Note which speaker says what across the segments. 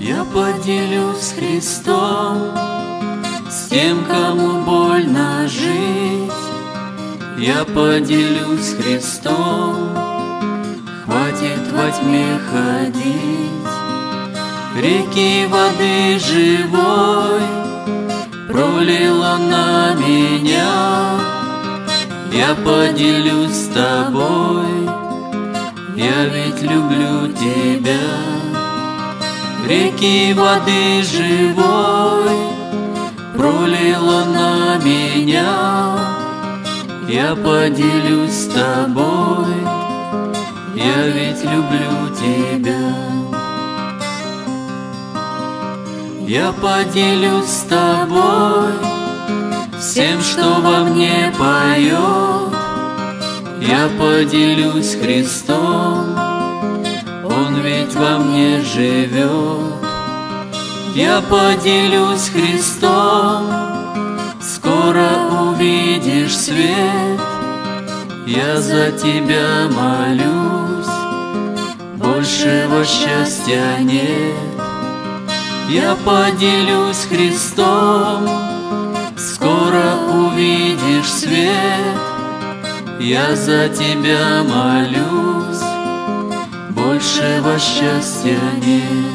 Speaker 1: Я поделюсь с Христом, с тем, кому больно жить. Я поделюсь с Христом, хватит во тьме ходить. Реки воды живой пролил Он на меня. Я поделюсь с тобой, я ведь люблю тебя. Реки воды живой пролил Он на меня. Я поделюсь с тобой, я ведь люблю тебя. Я поделюсь с тобой всем, что во мне поет. Я поделюсь с Христом, Он ведь во мне живет. Я поделюсь с Христом, скоро увидишь свет. Я за тебя молюсь, большего счастья нет. Я поделюсь с Христом, скоро увидишь свет. Я за тебя молюсь, большего счастья нет.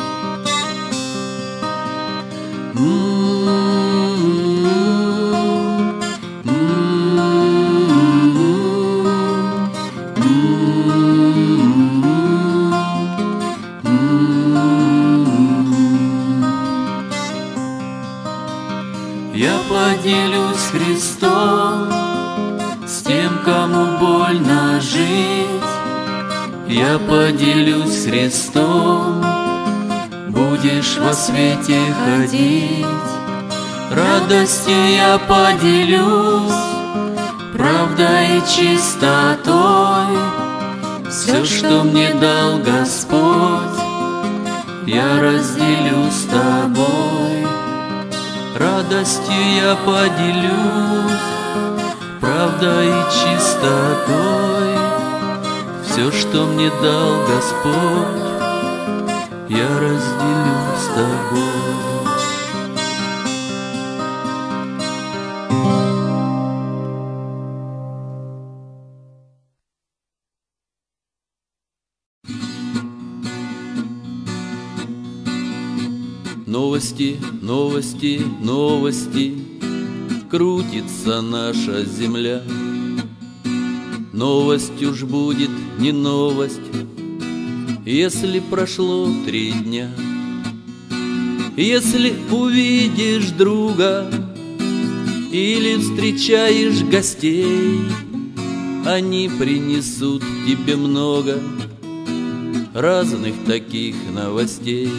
Speaker 1: Я поделюсь с Христом, с тем, кому больно жить. Я поделюсь с Христом, будешь во свете ходить. Радостью я поделюсь, правдой и чистотой. Все, что мне дал Господь, я разделю с тобой. Радостью я поделюсь, правдой и чистотой. Все, что мне дал Господь, я разделю с тобой.
Speaker 2: Новости, новости, новости, крутится наша земля. Новость уж будет не новость, если прошло 3 дня. Если увидишь друга или встречаешь гостей, они принесут тебе много разных таких новостей.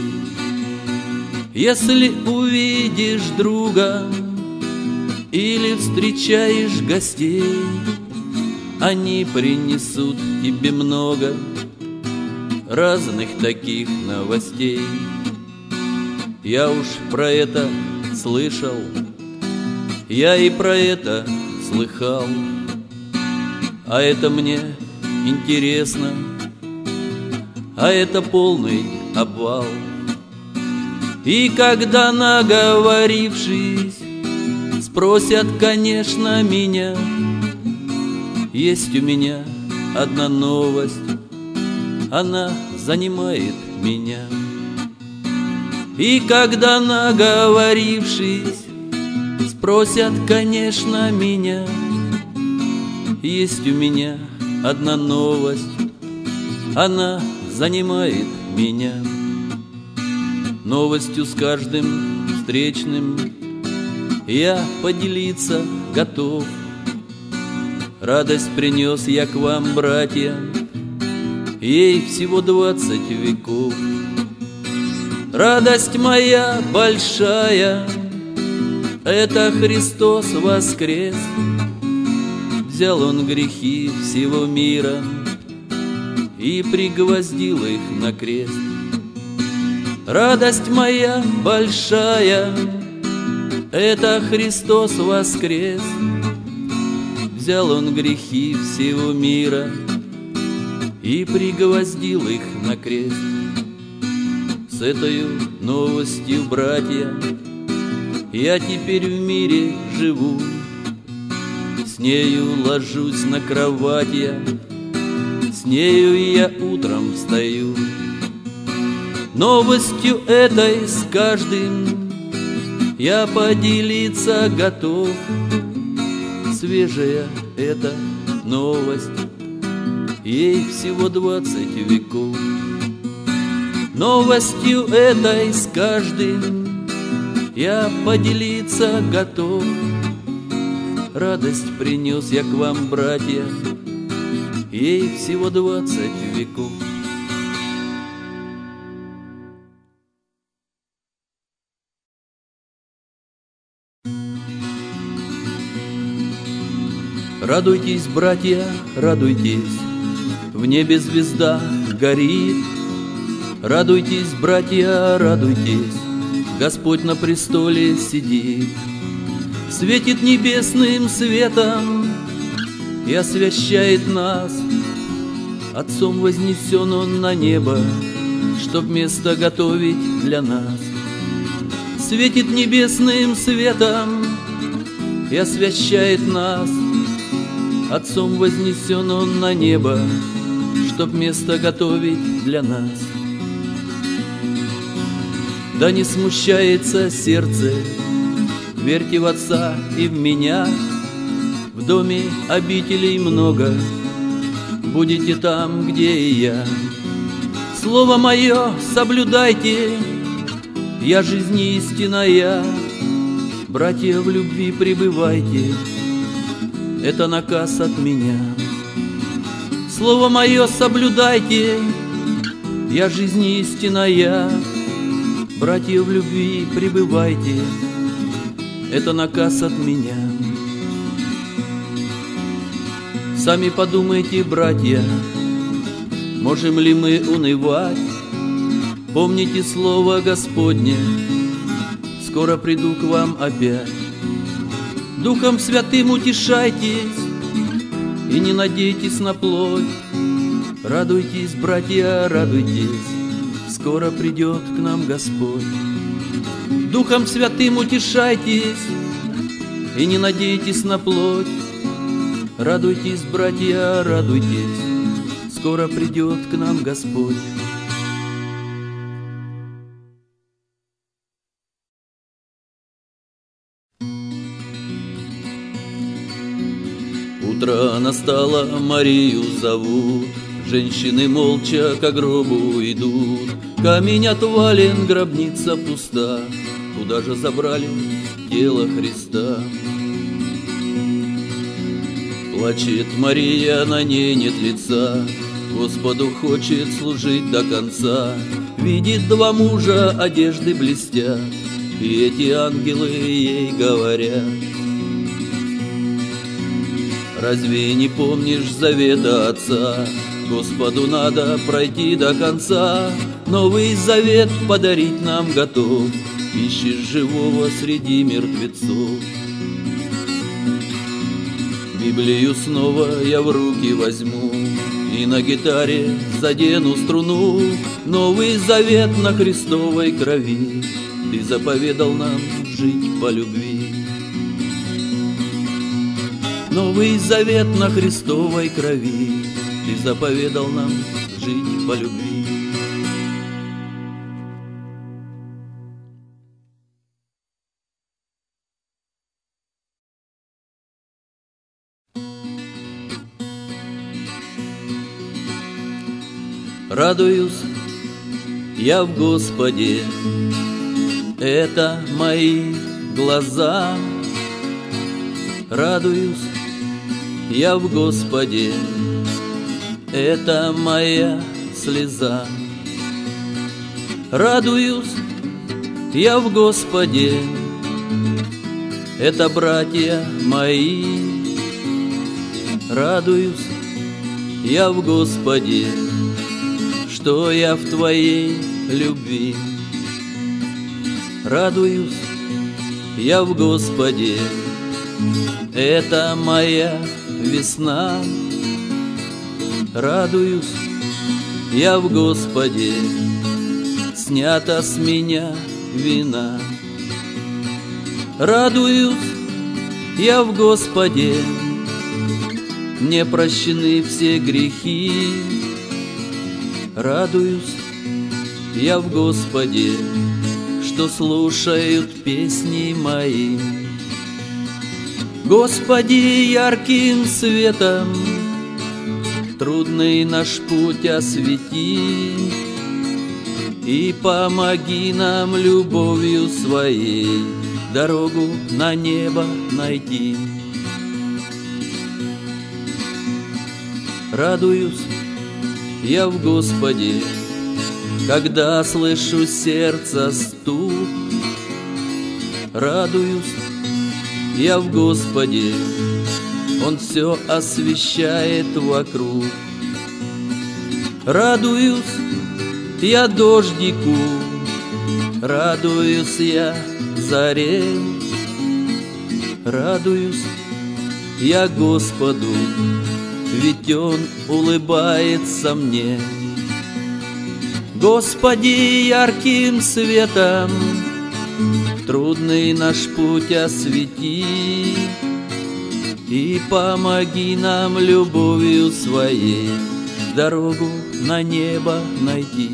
Speaker 2: Если увидишь друга или встречаешь гостей, они принесут тебе много разных таких новостей. Я уж про это слышал, я и про это слыхал, а это мне интересно, а это полный обвал. И когда, наговорившись, спросят, конечно, меня, есть у меня одна новость, она занимает меня. И когда, наговорившись, спросят, конечно, меня, есть у меня одна новость, она занимает меня. Новостью с каждым встречным я поделиться готов. Радость принес я к вам, братья, ей всего 20 веков. Радость моя большая, это Христос воскрес. Взял Он грехи всего мира и пригвоздил их на крест. Радость моя большая, это Христос воскрес. Взял Он грехи всего мира и пригвоздил их на крест. С этой новостью, братья, я теперь в мире живу, с нею ложусь на кровать я, с нею я утром встаю. Новостью этой с каждым я поделиться готов. Свежая эта новость, ей всего 20 веков. Новостью этой с каждым я поделиться готов. Радость принес я к вам, братья, ей всего 20 веков. Радуйтесь, братья, радуйтесь, в небе звезда горит. Радуйтесь, братья, радуйтесь, Господь на престоле сидит. Светит небесным светом и освящает нас. Отцом вознесен Он на небо, чтоб место готовить для нас. Светит небесным светом и освящает нас. Отцом вознесен Он на небо, чтоб место готовить для нас. Да не смущается сердце, верьте в Отца и в Меня. В доме обителей много, будете там, где и я. Слово Мое соблюдайте, я жизнь истинная. Братья, в любви пребывайте, это наказ от Меня. Слово Мое соблюдайте, я жизнь истинная. Братья, в любви пребывайте, это наказ от Меня. Сами подумайте, братья, можем ли мы унывать? Помните слово Господне, скоро приду к вам опять. Духом Святым утешайтесь и не надейтесь на плоть. Радуйтесь, братья, радуйтесь, скоро придет к нам Господь. Духом Святым утешайтесь и не надейтесь на плоть. Радуйтесь, братья, радуйтесь, скоро придет к нам Господь. Утро настало, Марию зовут, женщины молча к гробу идут. Камень отвален, гробница пуста, куда же забрали тело Христа? Плачет Мария, на ней нет лица, Господу хочет служить до конца. Видит два мужа, одежды блестят, и эти ангелы ей говорят: разве не помнишь завета Отца? Господу надо пройти до конца. Новый завет подарить нам готов, ищешь живого среди мертвецов. Библию снова я в руки возьму и на гитаре задену струну. Новый завет на Христовой крови, Ты заповедал нам жить по любви. Новый завет на Христовой крови, Ты заповедал нам жить по любви. Радуюсь я в Господе, это мои глаза. Радуюсь я в Господе, это моя слеза. Радуюсь я в Господе, это братья мои. Радуюсь я в Господе, что я в Твоей любви. Радуюсь я в Господе, это моя весна. Радуюсь я в Господе, снята с меня вина. Радуюсь я в Господе, мне прощены все грехи. Радуюсь я в Господе, что слушают песни мои. Господи, ярким светом трудный наш путь освети и помоги нам любовью своей дорогу на небо найти. Радуюсь я в Господе, когда слышу сердца стук. Радуюсь я в Господе, Он все освещает вокруг. Радуюсь я дождику, радуюсь я заре. Радуюсь я Господу, ведь Он улыбается мне. Господи, ярким светом трудный наш путь освети и помоги нам любовью своей дорогу на небо найти.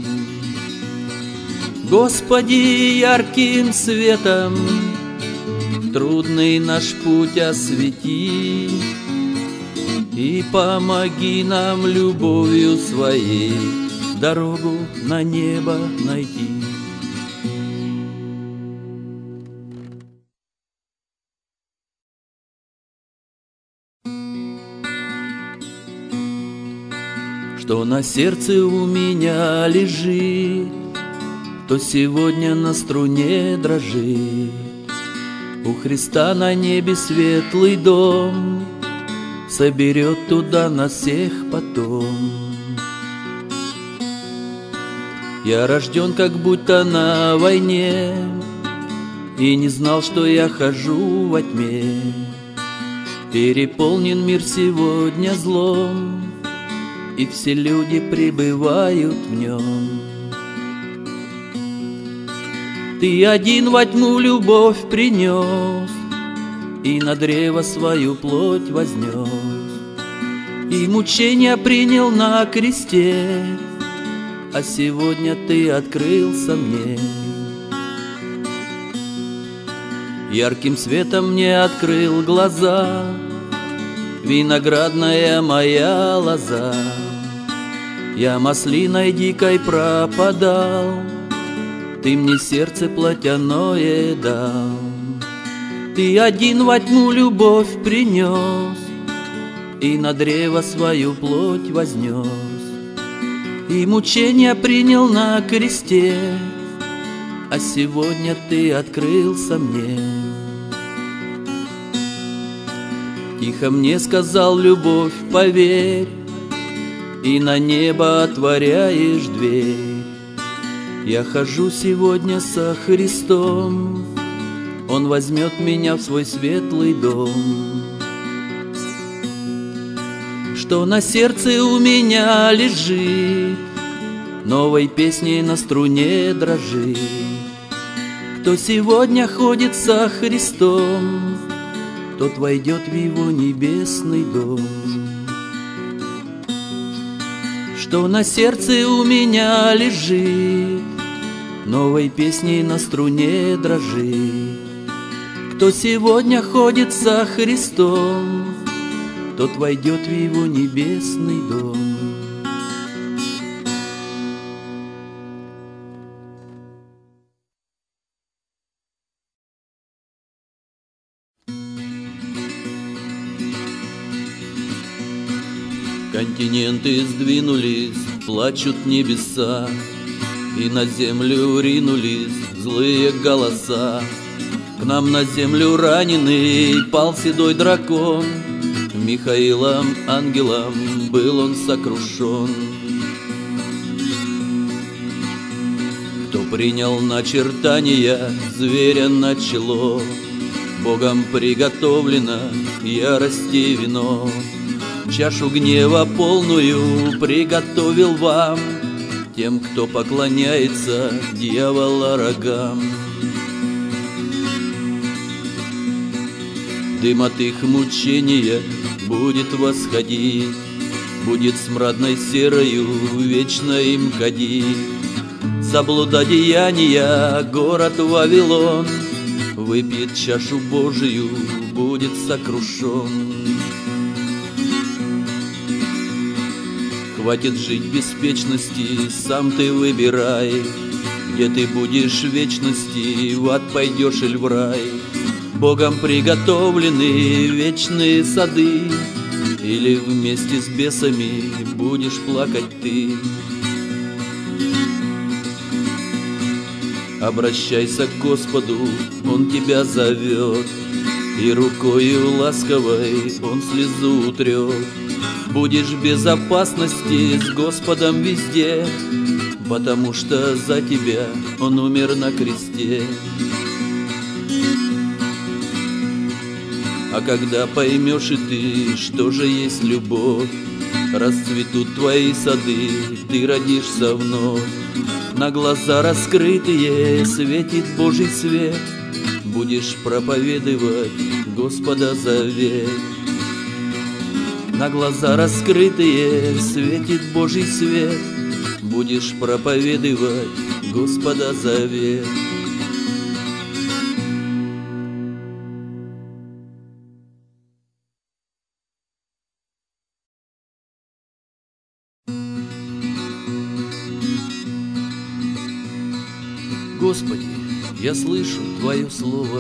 Speaker 2: Господи, ярким светом трудный наш путь освети и помоги нам любовью своей дорогу на небо найти. Что на сердце у меня лежит, то сегодня на струне дрожит. У Христа на небе светлый дом, соберет туда нас всех потом. Я рожден как будто на войне и не знал, что я хожу во тьме. Переполнен мир сегодня злом, и все люди пребывают в нем. Ты один во тьму любовь принес и на древо свою плоть вознес, и мучения принял на кресте, а сегодня ты открылся мне. Ярким светом мне открыл глаза виноградная моя лоза. Я маслиной дикой пропадал, ты мне сердце плотяное дал. Ты один во тьму любовь принес и на древо свою плоть вознес, и мучения принял на кресте, а сегодня ты открылся мне. Тихо мне сказал: любовь, поверь, и на небо отворяешь дверь. Я хожу сегодня со Христом, Он возьмет меня в свой светлый дом. Что на сердце у меня лежит, новой песней на струне дрожит. Кто сегодня ходит со Христом, тот войдет в Его небесный дом. Что на сердце у меня лежит, новой песней на струне дрожит. Кто сегодня ходит со Христом, тот войдет в Его небесный дом. Континенты сдвинулись, плачут небеса, и на землю ринулись злые голоса. К нам на землю раненый пал седой дракон, Михаилом ангелом был он сокрушен. Кто принял начертания зверя на чело, Богом приготовлено ярости вино. Чашу гнева полную приготовил вам тем, кто поклоняется дьявола рогам. Дым от их мучения будет восходить, будет смрадной серою вечно им кадить. За блудодеяния город Вавилон выпьет чашу Божию, будет сокрушен. Хватит жить в беспечности, сам ты выбирай, где ты будешь в вечности, в ад пойдешь или в рай. Богом приготовлены вечные сады, или вместе с бесами будешь плакать ты. Обращайся к Господу, Он тебя зовет, и рукою ласковой Он слезу утрет. Будешь в безопасности с Господом везде, потому что за тебя Он умер на кресте. А когда поймешь и ты, что же есть любовь, расцветут твои сады, ты родишься вновь. На глаза раскрытые светит Божий свет, будешь проповедовать Господа завет. На глаза раскрытые светит Божий свет, будешь проповедовать Господа завет. Господи, я слышу Твое слово.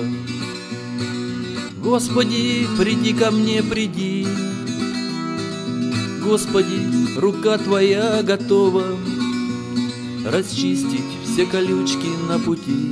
Speaker 2: Господи, приди ко мне, приди. Господи, рука Твоя готова расчистить все колючки на пути.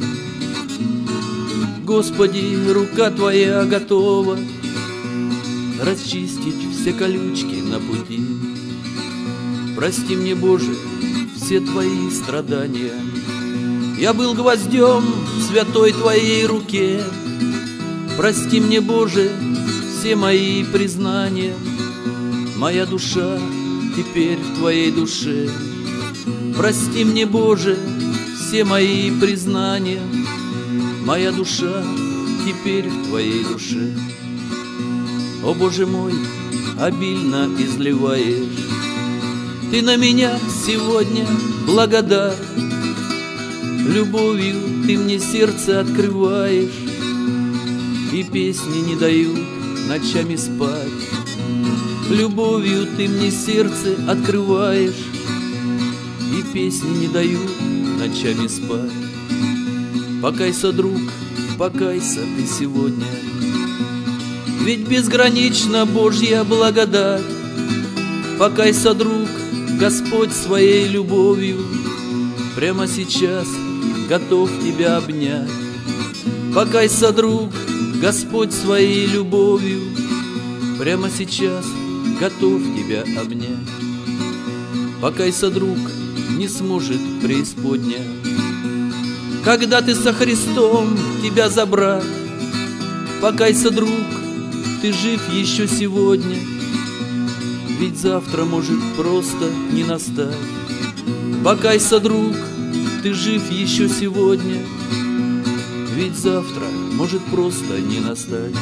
Speaker 2: Господи, рука Твоя готова расчистить все колючки на пути. Прости мне, Боже, все Твои страдания. Я был гвоздем в святой Твоей руке. Прости мне, Боже, все мои признания. Моя душа теперь в Твоей душе. Прости мне, Боже, все мои признания. Моя душа теперь в Твоей душе. О, Боже мой, обильно изливаешь Ты на меня сегодня благодать. Любовью Ты мне сердце открываешь, и песни не дают ночами спать. Любовью Ты мне сердце открываешь, и песни не дают ночами спать. Покайся, друг, покайся ты сегодня, ведь безгранична Божья благодать. Покайся, друг, Господь своей любовью прямо сейчас готов тебя обнять. Покайся, друг, Господь своей любовью прямо сейчас готов тебя обнять. Покайся, друг, не сможет преисподня, когда ты со Христом, тебя забрать. Покайся, друг, ты жив еще сегодня, ведь завтра может просто не настать. Покайся, друг, ты жив еще сегодня, ведь завтра может просто не настать.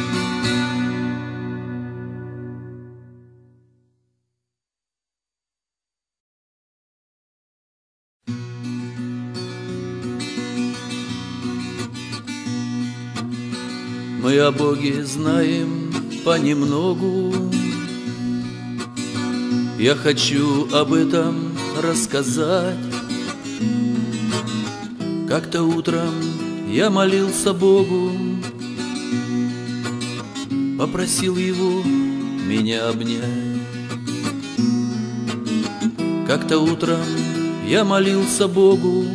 Speaker 2: Мы о Боге знаем понемногу. Я хочу об этом рассказать. Как-то утром я молился Богу, попросил Его меня обнять. Как-то утром я молился Богу,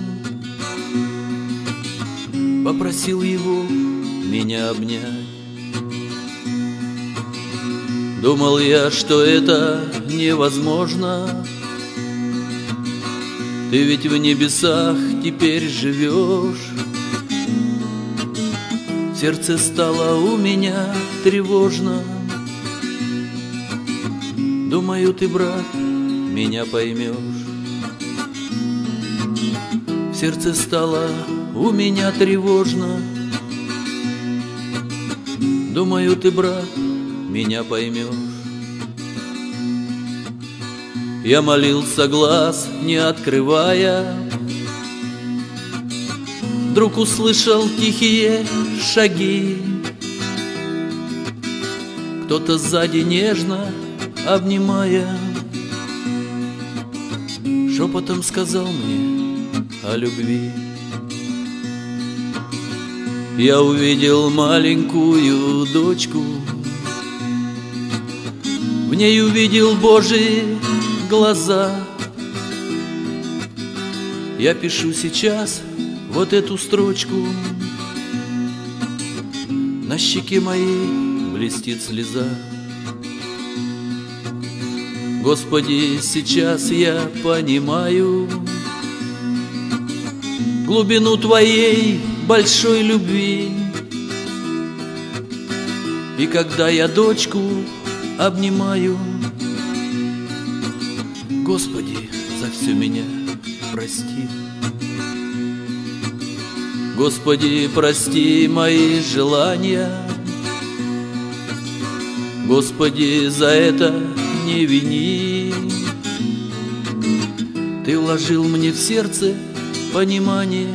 Speaker 2: попросил Его меня обнять. Думал я, что это невозможно. Ты ведь в небесах теперь живешь. В сердце стало у меня тревожно. Думаю, ты, брат, меня поймешь. сердце стало у меня тревожно. Думаю, ты, брат, меня поймешь. Я молился, глаз не открывая, вдруг услышал тихие шаги. Кто-то сзади нежно обнимая, шепотом сказал мне о любви. Я увидел маленькую дочку, в ней увидел Божьи глаза. Я пишу сейчас вот эту строчку, на щеке моей блестит слеза. Господи, сейчас я понимаю глубину Твоей большой любви. И когда я дочку обнимаю, Господи, за все меня прости. Господи, прости мои желания, Господи, за это не вини. Ты вложил мне в сердце понимание,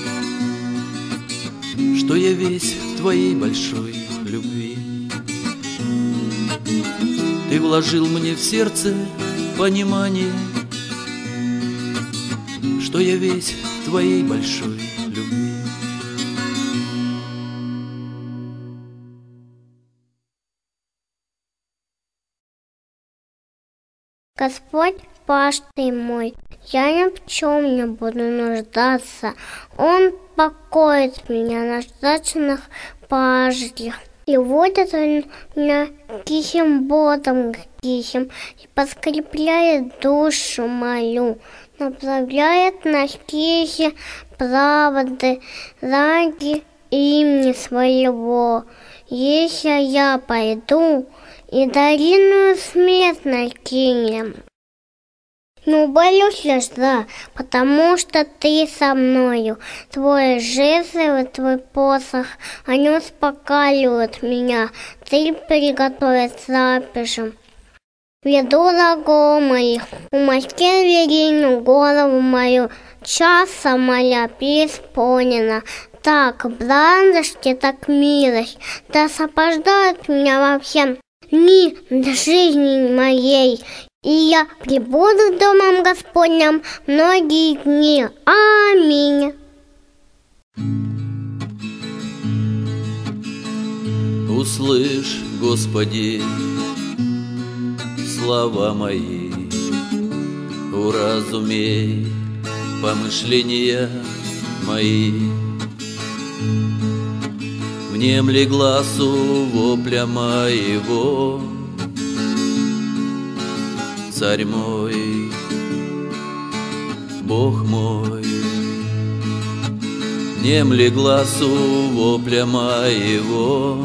Speaker 2: что я весь в Твоей большой любви. Ты вложил мне в сердце понимание, что я весь в Твоей большой любви.
Speaker 3: Господь пастырь мой, я ни в чем не буду нуждаться. Он покоит меня на злачных пажитях, и водит он меня тихим бодом тихим, и подкрепляет душу мою, направляет на стихи правды ради имени своего. Если я пойду и долину смертной кинем, не убоюсь лишь, да, потому что ты со мною. Твой жезл и твой посох, они успокаивают меня. Ты приготовишь трапезу. Веду дорогу моих, умасти верину голову мою, часа моя преисполнена. Так бранности, так милость, да сопровождают меня во всем дни жизни моей, и я пребуду в Домом Господнем многие дни. Аминь.
Speaker 2: Услышь, Господи, слова мои, уразумей помышления мои. Внемли гласу вопля моего, Царь мой, Бог мой. Внемли гласу вопля моего,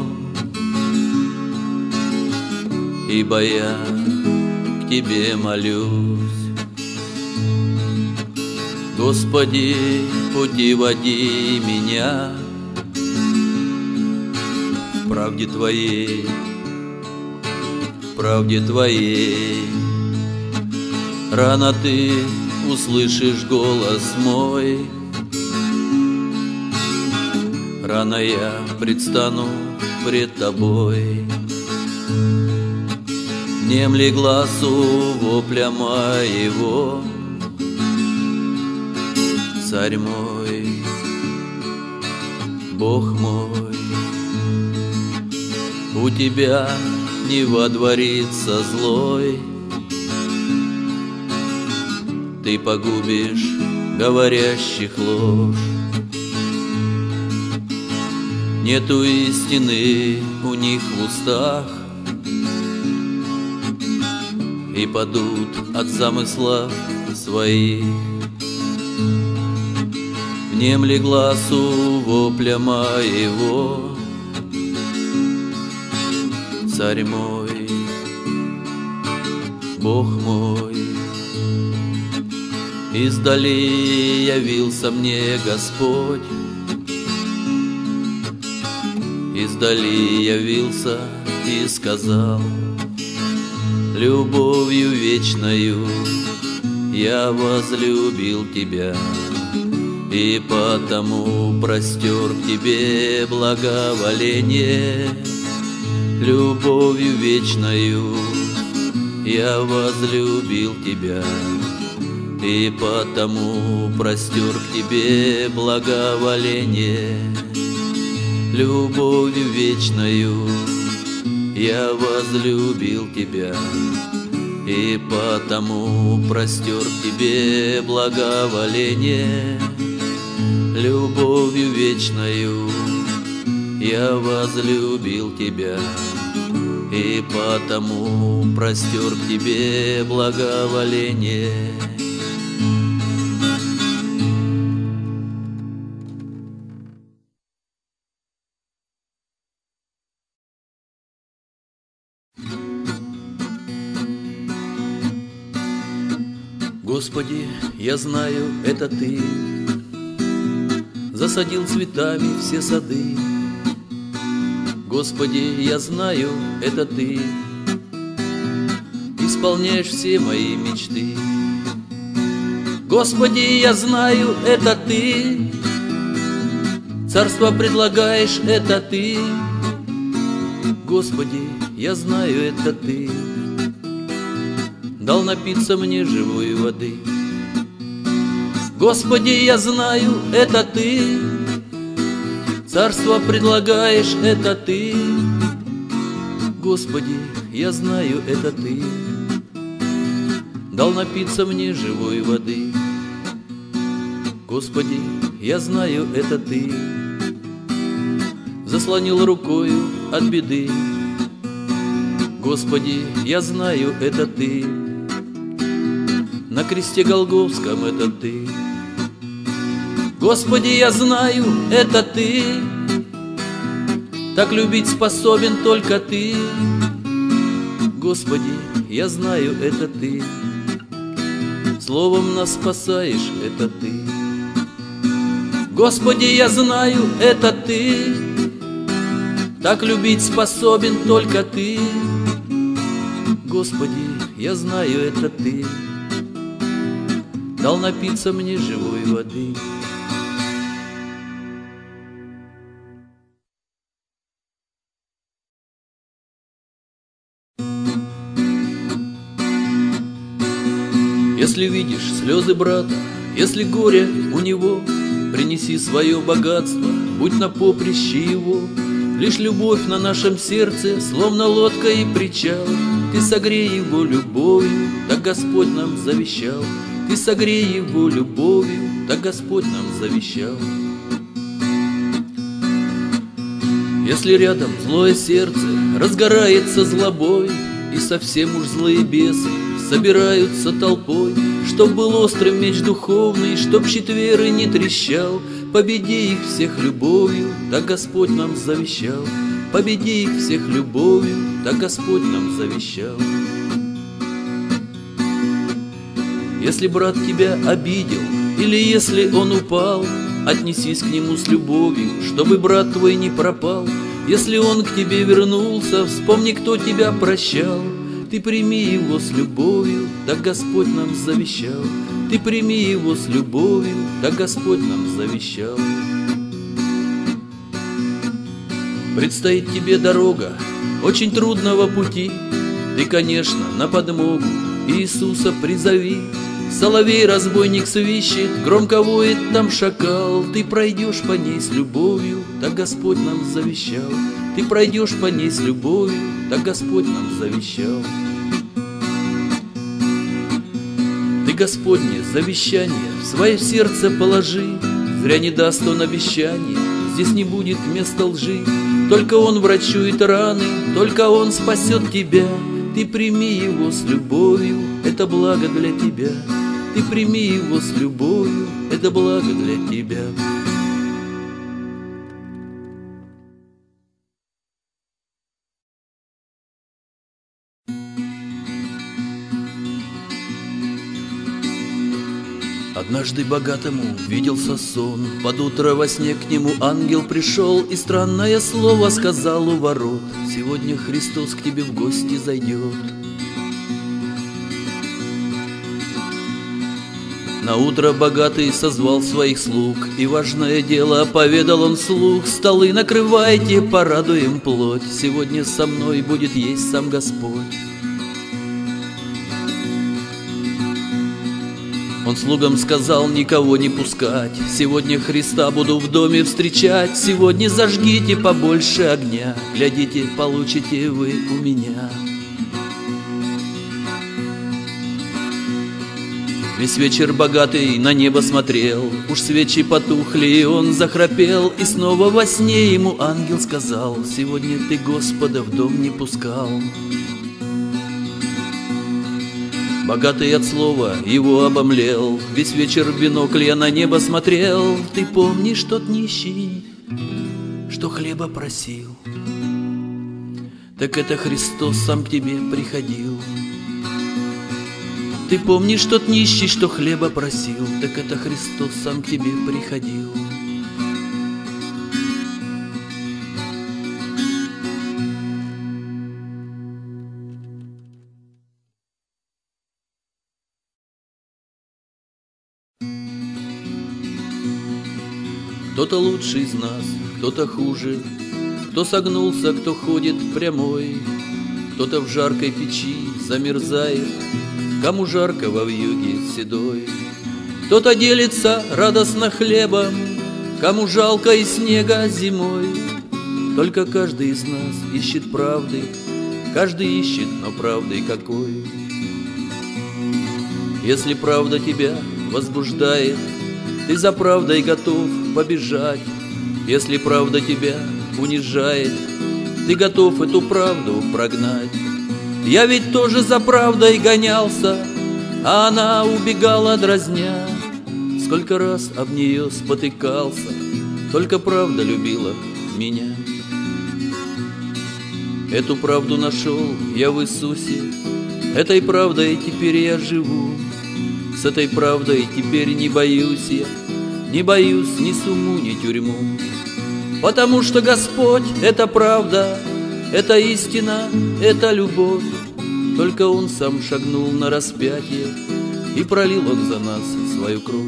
Speaker 2: ибо я к Тебе молюсь. Господи, пути води меня в правде Твоей, в правде Твоей. Рано Ты услышишь голос мой, рано я предстану пред Тобой. Внемли гласу вопля моего, Царь мой, Бог мой. У Тебя не водворится злой, Ты погубишь говорящих ложь. Нету истины у них в устах, и падут от замыслов своих. Внемли гласу вопля моего, Царь мой, Бог мой. Издали явился мне Господь, издали явился и сказал: любовью вечною я возлюбил тебя, и потому простер к тебе благоволение. Любовью вечною я возлюбил тебя, и потому простер к тебе благоволение. Любовью вечною я возлюбил тебя, и потому простер к тебе благоволение. Любовью вечною я возлюбил тебя, и потому простер к тебе благоволение. Господи, я знаю, это Ты засадил цветами все сады. Господи, я знаю, это Ты исполняешь все мои мечты. Господи, я знаю, это Ты царство предлагаешь, это Ты. Господи, я знаю, это Ты дал напиться мне живой воды. Господи, я знаю, это Ты царство предлагаешь, это Ты. Господи, я знаю, это Ты дал напиться мне живой воды. Господи, я знаю, это Ты заслонил рукою от беды. Господи, я знаю, это Ты на кресте Голгофском, это Ты. Господи, я знаю, это Ты так любить способен только Ты. Господи, я знаю, это Ты словом нас спасаешь, это Ты. Господи, я знаю, это Ты так любить способен только Ты. Господи, я знаю, это Ты дал напиться мне живой воды. Если видишь слезы брата, если горе у него, принеси свое богатство, будь на поприще его. Лишь любовь на нашем сердце, словно лодка и причал. Ты согрей его любовью, так Господь нам завещал. Ты согрей его любовью, так Господь нам завещал. Если рядом злое сердце разгорается злобой, и совсем уж злые бесы собираются толпой, чтоб был острым меч духовный, чтоб четверы не трещал, победи их всех любовью, так Господь нам завещал. Победи их всех любовью, так Господь нам завещал. Если брат тебя обидел, или если он упал, отнесись к нему с любовью, чтобы брат твой не пропал. Если он к тебе вернулся, вспомни, кто тебя прощал. Ты прими его с любовью, так Господь нам завещал. Ты прими его с любовью, так Господь нам завещал. Предстоит тебе дорога очень трудного пути. Ты, конечно, на подмогу Иисуса призови. Соловей-разбойник свищет, громко воет там шакал. Ты пройдешь по ней с любовью, так Господь нам завещал. Ты пройдешь по ней с любовью, так Господь нам завещал. Ты Господне завещание в свое сердце положи. Зря не даст он обещание, здесь не будет места лжи. Только он врачует раны, только он спасет тебя. Ты прими его с любовью, это благо для тебя. Ты прими его с любовью, это благо для тебя. Однажды богатому виделся сон, под утро во сне к нему ангел пришел и странное слово сказал у ворот: сегодня Христос к тебе в гости зайдет. Наутро богатый созвал своих слуг, и важное дело поведал он вслух: столы накрывайте, порадуем плоть, сегодня со мной будет есть сам Господь. Он слугам сказал никого не пускать, сегодня Христа буду в доме встречать, сегодня зажгите побольше огня, глядите, получите вы у меня. Весь вечер богатый на небо смотрел, уж свечи потухли, и он захрапел, и снова во сне ему ангел сказал: сегодня ты Господа в дом не пускал. Богатый от слова его обомлел, весь вечер в бинокль я на небо смотрел. Ты помнишь тот нищий, что хлеба просил? Так это Христос сам к тебе приходил. Ты помнишь тот нищий, что хлеба просил? Так это Христос сам к тебе приходил. Кто-то лучше из нас, кто-то хуже, кто согнулся, кто ходит прямой, кто-то в жаркой печи замерзает, кому жарко во вьюге седой. Кто-то делится радостно хлебом, кому жалко и снега зимой. Только каждый из нас ищет правды, каждый ищет, но правды какой. Если правда тебя возбуждает, ты за правдой готов побежать. Если правда тебя унижает, ты готов эту правду прогнать. Я ведь тоже за правдой гонялся, а она убегала дразня. Сколько раз об нее спотыкался, только правда любила меня. Эту правду нашел я в Иисусе, этой правдой теперь я живу. С этой правдой теперь не боюсь я, не боюсь ни суму, ни тюрьму. Потому что Господь — это правда, это истина, это любовь. Только Он сам шагнул на распятие, и пролил Он за нас свою кровь.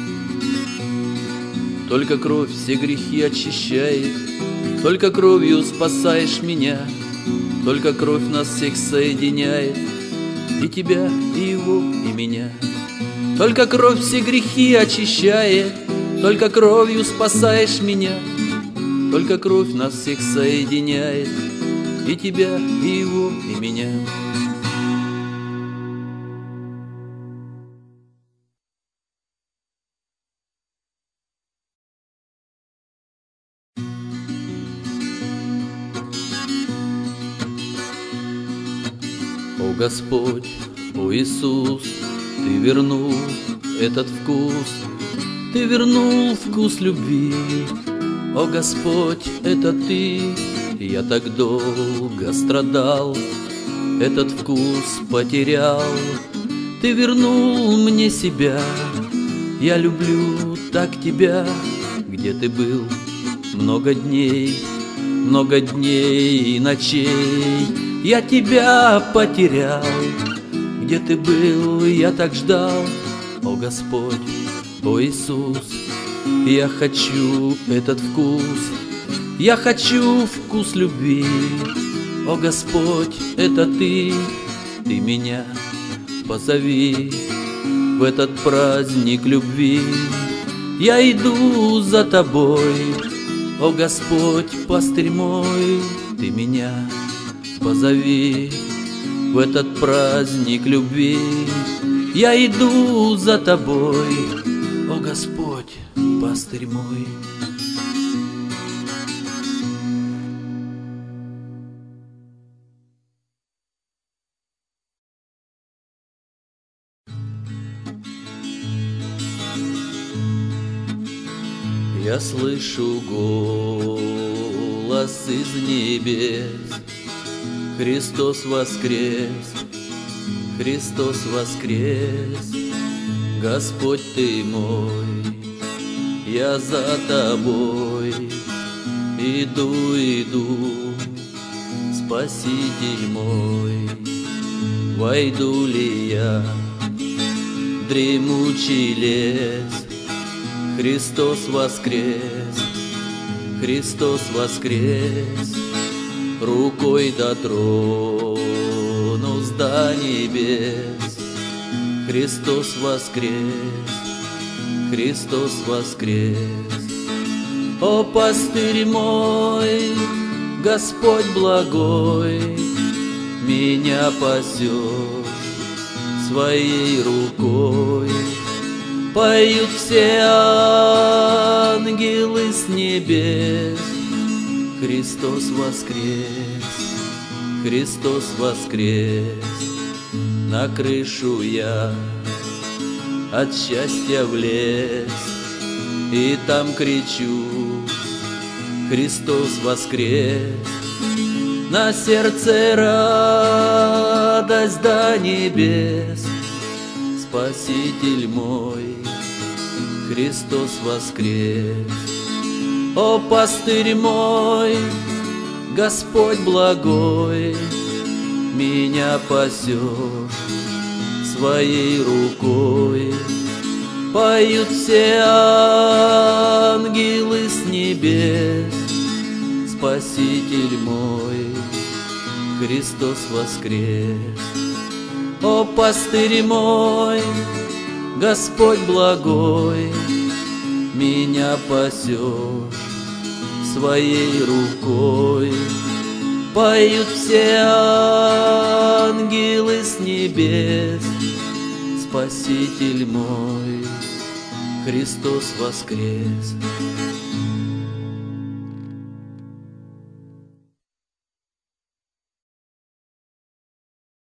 Speaker 2: Только кровь все грехи очищает, только кровью спасаешь меня, только кровь нас всех соединяет, и тебя, и его, и меня. Только кровь все грехи очищает, только кровью спасаешь меня, только кровь нас всех соединяет, и тебя, и его, и меня. О Господь, о Иисус, Ты вернул этот вкус, Ты вернул вкус любви. О Господь, это Ты, я так долго страдал, этот вкус потерял. Ты вернул мне себя, я люблю так Тебя. Где Ты был много дней и ночей, я Тебя потерял. Где Ты был, я так ждал. О Господь, о Иисус, я хочу этот вкус, я хочу вкус любви. О Господь, это Ты, Ты меня позови в этот праздник любви. Я иду за Тобой. О Господь, пастырь мой, Ты меня позови в этот праздник любви. Я иду за Тобой. О Господь, пастырь мой. Я слышу голос из небес: Христос воскрес, Христос воскрес. Господь Ты мой, я за Тобой иду, иду, Спаситель мой. Войду ли я в дремучий лес? Христос воскрес, Христос воскрес. Рукой дотронусь до небес. Христос воскрес, Христос воскрес. О, пастырь мой, Господь благой, меня пасешь своей рукой. Поют все ангелы с небес. Христос воскрес, Христос воскрес. На крышу я от счастья влез, и там кричу: Христос воскрес. На сердце радость до небес. Спаситель мой, Христос воскрес. О, пастырь мой, Господь благой, меня пасешь своей рукой. Поют все ангелы с небес. Спаситель мой, Христос воскрес. О, пастырь мой, Господь благой, меня пасешь своей рукой. Поют все ангелы с небес. Спаситель мой, Христос воскрес.